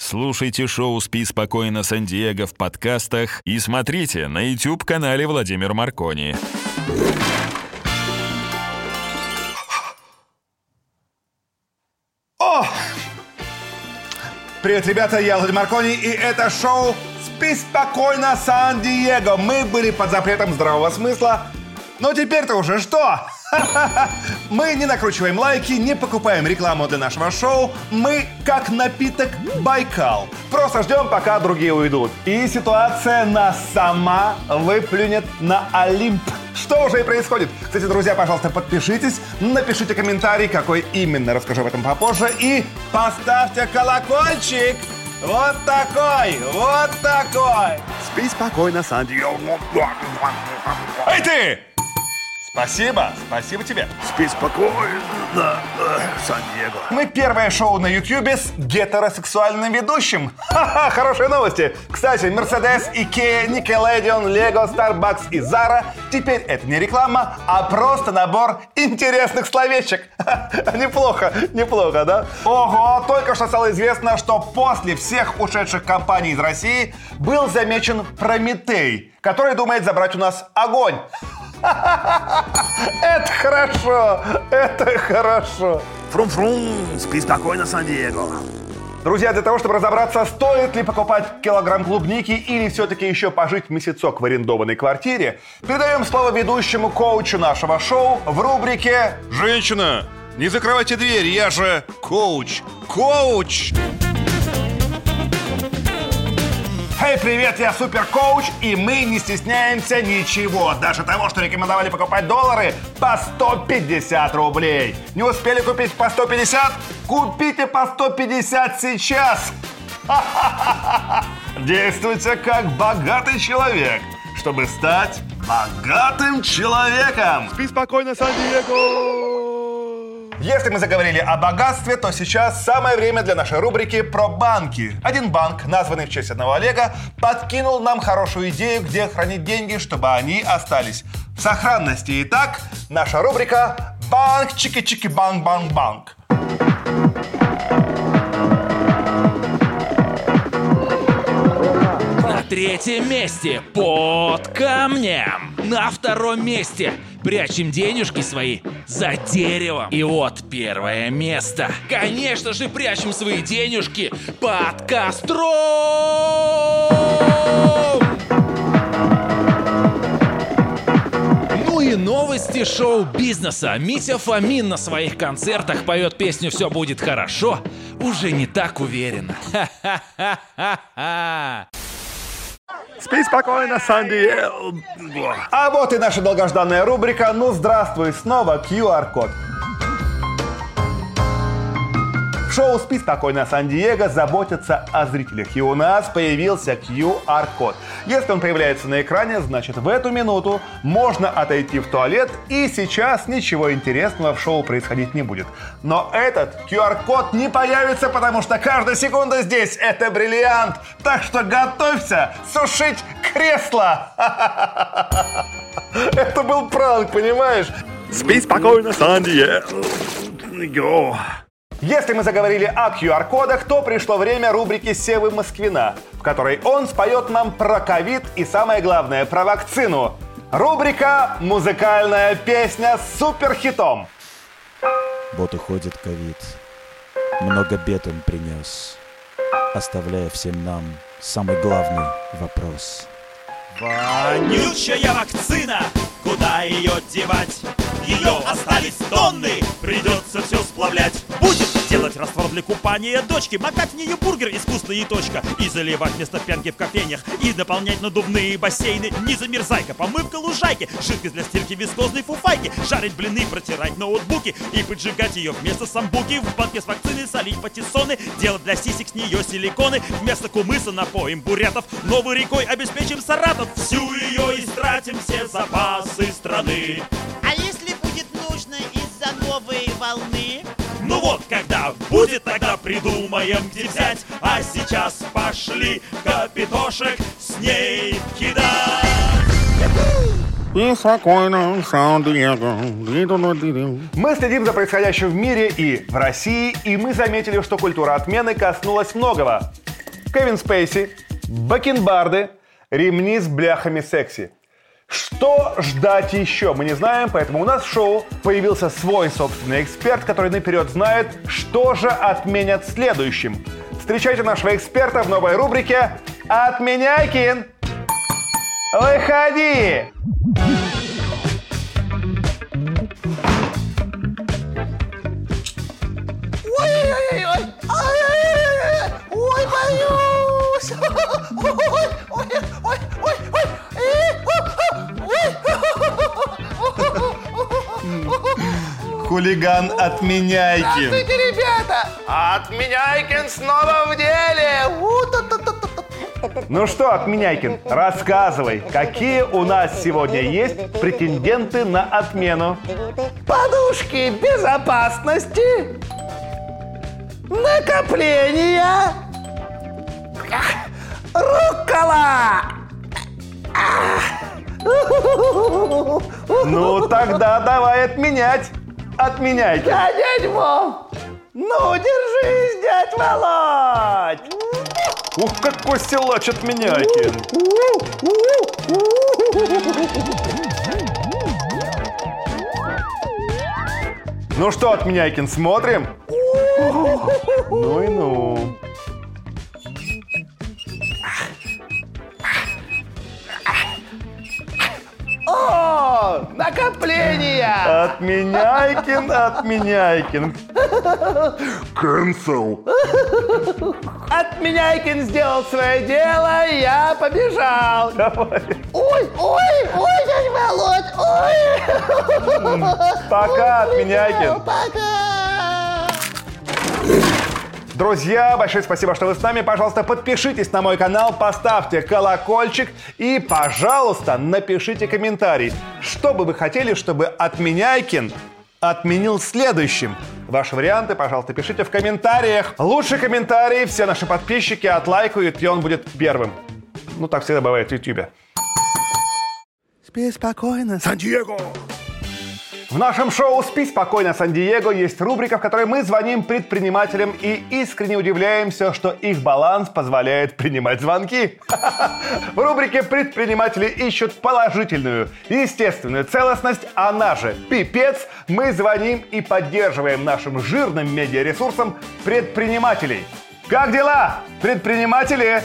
Слушайте шоу «Спи спокойно, Сан-Диего» в подкастах и смотрите на YouTube-канале Владимир Маркони. Привет, ребята, я Владимир Маркони, и это шоу «Спи спокойно, Сан-Диего». Мы были под запретом здравого смысла, но теперь-то уже что? Мы не накручиваем лайки, не покупаем рекламу для нашего шоу. Мы как напиток Байкал. Просто ждем, пока другие уйдут. И ситуация нас сама выплюнет на Олимп. Что уже и происходит. Кстати, друзья, пожалуйста, подпишитесь, напишите комментарий, какой именно, расскажу об этом попозже. И поставьте колокольчик. Вот такой, вот такой. Спи спокойно, Сан-Диего. Эй ты! Спасибо тебе. Спи спокойно, Сан-Диего. Мы первое шоу на Ютьюбе с гетеросексуальным ведущим. Ха-ха, хорошие новости. Кстати, Mercedes, Ikea, Nickelodeon, Lego, Starbucks и Zara теперь это не реклама, а просто набор интересных словечек. Неплохо, да? Ого, только что стало известно, что после всех ушедших компаний из России был замечен Прометей, который думает забрать у нас огонь. Это хорошо. Фрум-фрум, спи спокойно, Сан-Диего. Друзья, для того, чтобы разобраться, стоит ли покупать килограмм клубники или все-таки еще пожить месяцок в арендованной квартире, передаем слово ведущему коучу нашего шоу в рубрике «Женщина, не закрывайте дверь, я же коуч! Коуч!» Эй, привет, я суперкоуч, и мы не стесняемся ничего, даже того, что рекомендовали покупать доллары по 150 рублей. Не успели купить по 150? Купите по 150 сейчас. Действуйте как богатый человек, чтобы стать богатым человеком. Спи спокойно, Сан-Диего. Если мы заговорили о богатстве, то сейчас самое время для нашей рубрики про банки. Один банк, названный в честь одного Олега, подкинул нам хорошую идею, где хранить деньги, чтобы они остались в сохранности. Итак, наша рубрика «Банк, чики-чики, банк-банк-банк». На третьем месте под камнем. На втором месте прячем денежки свои за деревом. И вот первое место. Конечно же, прячем свои денежки под костром. Ну и новости шоу-бизнеса. Митя Фомин на своих концертах поет песню «Все будет хорошо». Уже не так уверенно. Ха-ха-ха-ха. Спи спокойно, Сан-Диего. А вот и наша долгожданная рубрика «Ну, здравствуй снова, QR-код». В шоу «Спи спокойно, Сан-Диего» заботятся о зрителях, и у нас появился QR-код. Если он появляется на экране, значит в эту минуту можно отойти в туалет, и сейчас ничего интересного в шоу происходить не будет. Но этот QR-код не появится, потому что каждая секунда здесь — это бриллиант. Так что готовься сушить кресло. Это был пранк, понимаешь? Спи спокойно, Сан-Диего. Если мы заговорили о QR-кодах, то пришло время рубрики Севы Москвина, в которой он споет нам про ковид и, самое главное, про вакцину. Рубрика «Музыкальная песня с суперхитом». Вот уходит ковид. Много бед он принес, оставляя всем нам самый главный вопрос. Вонючая вакцина, куда ее девать? Ее остались тонны, придется все сплавлять. Будет делать раствор для купания дочки, макать в нее бургер искусная и точка, и заливать вместо пенки в кофейнях, и наполнять надувные бассейны. Не замерзайка, помывка лужайки, жидкость для стирки вискозной фуфайки, жарить блины, протирать ноутбуки и поджигать ее вместо самбуки. В банке с вакциной солить патиссоны, делать для сисек с нее силиконы. Вместо кумыса напоим бурятов, новой рекой обеспечим Саратов. Всю ее истратим, все запасы страны. А если будет нужно из-за новой волны? Ну вот, когда будет, тогда придумаем, где взять. А сейчас пошли капитошек с ней кидать. Мы следим за происходящим в мире и в России, и мы заметили, что культура отмены коснулась многого. Кевин Спейси, бакенбарды, ремни с бляхами секси. Что ждать еще, мы не знаем, поэтому у нас в шоу появился свой собственный эксперт, который наперед знает, что же отменят следующим. Встречайте нашего эксперта в новой рубрике «Отменяйкин». Выходи! Ой, боюсь! Хулиган Отменяйкин. Здравствуйте, ребята! Отменяйкин снова в деле! Ну что, Отменяйкин, рассказывай, какие у нас сегодня есть претенденты на отмену? Подушки безопасности, накопления, руккола. Ну тогда давай отменять, Отменяйкин. Дядь Вов, ну держись, дядь Володь. Ух, какой силач Отменяйкин. Ну что, Отменяйкин, смотрим? Ну и ну. О, накопления. Отменяйкин, Отменяйкин. Cancel. Отменяйкин сделал свое дело, я побежал. Давай. Ой, дядь Володь, ой. Пока, Отменяйкин. Пока. Друзья, большое спасибо, что вы с нами. Пожалуйста, подпишитесь на мой канал, поставьте колокольчик и, пожалуйста, напишите комментарий. Что бы вы хотели, чтобы Отменяйкин отменил следующим? Ваши варианты, пожалуйста, пишите в комментариях. Лучший комментарий все наши подписчики отлайкают, и он будет первым. Ну, так всегда бывает в Ютубе. Спи спокойно, Сан-Диего. В нашем шоу «Спи спокойно, Сан-Диего» есть рубрика, в которой мы звоним предпринимателям и искренне удивляемся, что их баланс позволяет принимать звонки. В рубрике предприниматели ищут положительную, естественную целостность, она же пипец. Мы звоним и поддерживаем нашим жирным медиаресурсом предпринимателей. Как дела, предприниматели?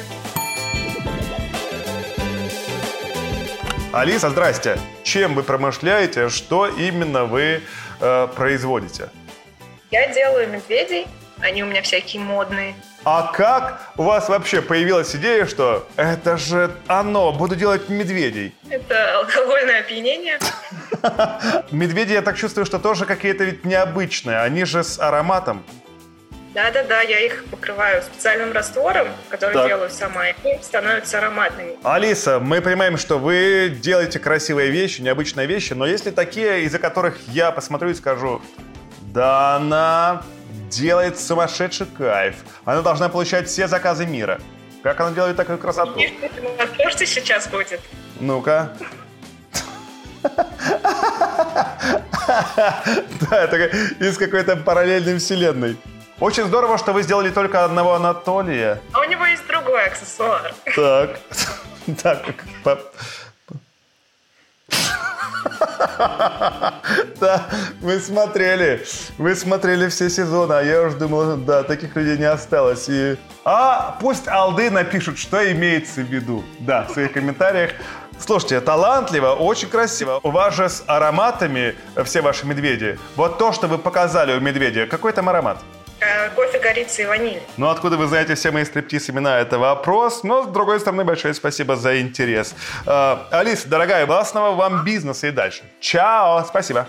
Алиса, здрасте. Чем вы промышляете? Что именно вы производите? Я делаю медведей. Они у меня всякие модные. А как у вас вообще появилась идея, что это же оно, буду делать медведей? Это алкогольное опьянение. Медведи, я так чувствую, что тоже какие-то ведь необычные. Они же с ароматом. Да, я их покрываю специальным раствором, который делаю сама, и они становятся ароматными. Алиса, мы понимаем, что вы делаете красивые вещи, необычные вещи, но есть ли такие, из-за которых я посмотрю и скажу, да она делает сумасшедший кайф, она должна получать все заказы мира. Как она делает такую красоту? Что сейчас будет? Ну-ка. Да, это из какой-то параллельной вселенной. Очень здорово, что вы сделали только одного Анатолия. А у него есть другой аксессуар. Так. Да, мы смотрели все сезоны, а я уже думал, да, таких людей не осталось. А пусть алды напишут, что имеется в виду, да, в своих комментариях. Слушайте, талантливо, очень красиво. У вас же с ароматами все ваши медведи. Вот то, что вы показали у медведя, какой там аромат? Кофе, корица и ваниль. Ну, откуда вы знаете все мои стриптиз-имена, это вопрос. Но, с другой стороны, большое спасибо за интерес. Алиса, дорогая, классного вам бизнеса и дальше. Чао, спасибо.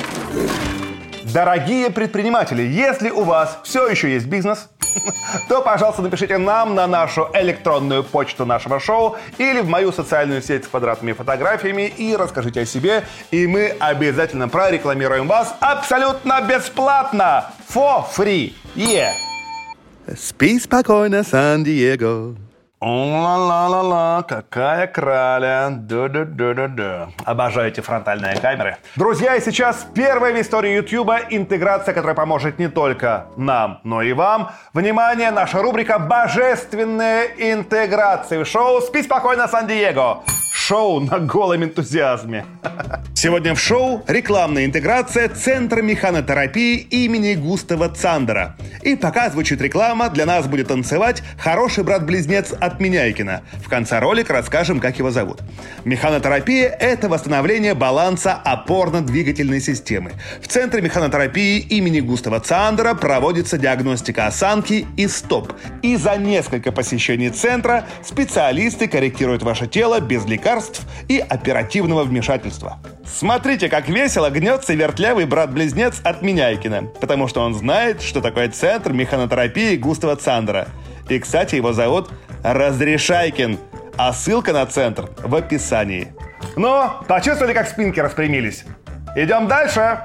Дорогие предприниматели, если у вас все еще есть бизнес, то, пожалуйста, напишите нам на нашу электронную почту нашего шоу или в мою социальную сеть с квадратными фотографиями и расскажите о себе, и мы обязательно прорекламируем вас абсолютно бесплатно. For free. Yeah. Спи спокойно, Сан-Диего. О-ла-ла-ла-ла, какая краля. Да-да-да-да-да. Обожаю эти фронтальные камеры. Друзья, и сейчас первая в истории Ютуба интеграция, которая поможет не только нам, но и вам. Внимание, наша рубрика «Божественная интеграция» в шоу «Спи спокойно, Сан-Диего». Шоу на голом энтузиазме. Сегодня в шоу рекламная интеграция Центра механотерапии имени Густава Цандера. И пока звучит реклама, для нас будет танцевать хороший брат-близнец от Меняйкина. В конце ролика расскажем, как его зовут. Механотерапия – это восстановление баланса опорно-двигательной системы. В Центре механотерапии имени Густава Цандера проводится диагностика осанки и стоп. И за несколько посещений центра специалисты корректируют ваше тело без лекарств и оперативного вмешательства. Смотрите, как весело гнется вертлявый брат-близнец от Меняйкина, потому что он знает, что такое Центр механотерапии Густава Цандера. И, кстати, его зовут Разрешайкин, а ссылка на центр в описании. Ну, почувствовали, как спинки распрямились? Идем дальше.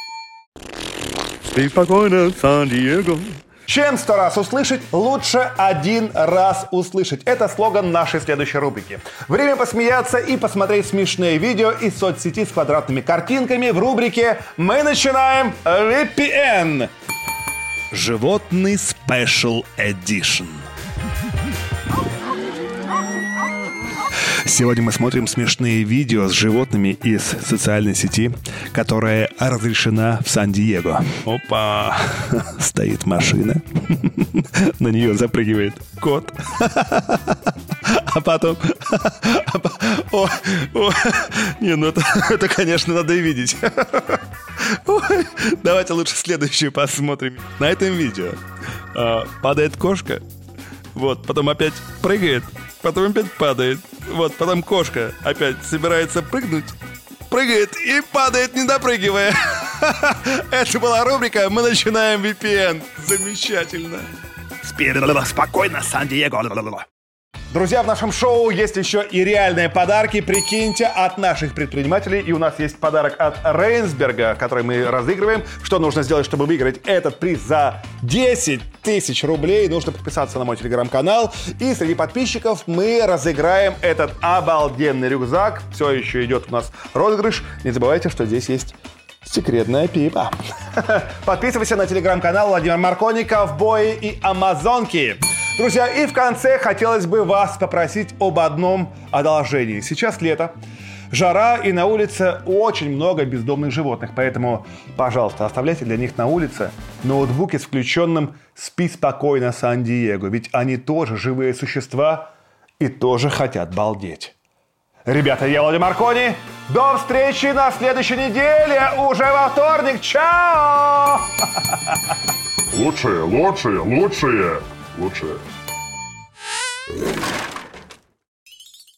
Спи спокойно, Сан-Диего. Чем 100 раз услышать, лучше 1 раз услышать. Это слоган нашей следующей рубрики. Время посмеяться и посмотреть смешные видео из соцсети с квадратными картинками в рубрике «Мы начинаем VPN». Животный Special Edition. Сегодня мы смотрим смешные видео с животными из социальной сети, которая разрешена в Сан-Диего. Опа! Стоит машина. На нее запрыгивает кот. А потом... Не, ну это, конечно, надо видеть. Давайте лучше следующее посмотрим. На этом видео падает кошка. Вот, потом опять прыгает, потом опять падает. Вот, потом кошка опять собирается прыгнуть, прыгает и падает, не допрыгивая. Это была рубрика «Мы начинаем VPN». Замечательно. Спокойно, Сан-Диего. Друзья, в нашем шоу есть еще и реальные подарки, прикиньте, от наших предпринимателей. И у нас есть подарок от Рейнсберга, который мы разыгрываем. Что нужно сделать, чтобы выиграть этот приз за 10 тысяч рублей? Нужно подписаться на мой телеграм-канал. И среди подписчиков мы разыграем этот обалденный рюкзак. Все еще идет у нас розыгрыш. Не забывайте, что здесь есть секретная пипа. Подписывайся на телеграм-канал Владимир Маркони, ковбои и амазонки. Друзья, и в конце хотелось бы вас попросить об одном одолжении. Сейчас лето, жара, и на улице очень много бездомных животных. Поэтому, пожалуйста, оставляйте для них на улице ноутбуки с включенным «Спи спокойно, Сан-Диего». Ведь они тоже живые существа и тоже хотят балдеть. Ребята, я Владимир Маркони. До встречи на следующей неделе, уже во вторник. Чао! Лучшие.